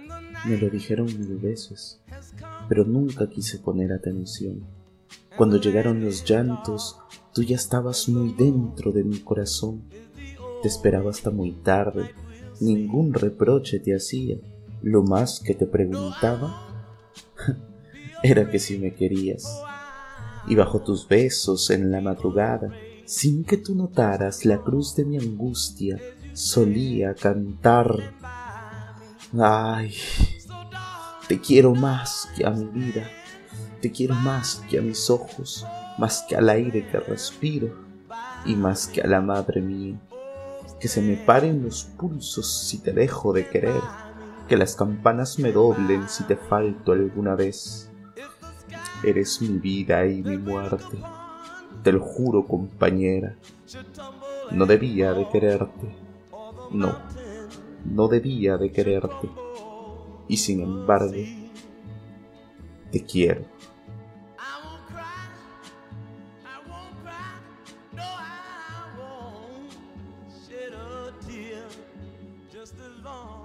Me lo dijeron 1000 veces, pero nunca quise poner atención. Cuando llegaron los llantos, tú ya estabas muy dentro de mi corazón. Te esperaba hasta muy tarde, ningún reproche te hacía. Lo más que te preguntaba era que si me querías. Y bajo tus besos en la madrugada, sin que tú notaras la cruz de mi angustia, solía cantar: ay, te quiero más que a mi vida, te quiero más que a mis ojos, más que al aire que respiro y más que a la madre mía. Que se me paren los pulsos si te dejo de querer, que las campanas me doblen si te falto alguna vez. Eres mi vida y mi muerte, te lo juro, compañera. No debía de quererte, no, no debía de quererte, y sin embargo, te quiero. Just as long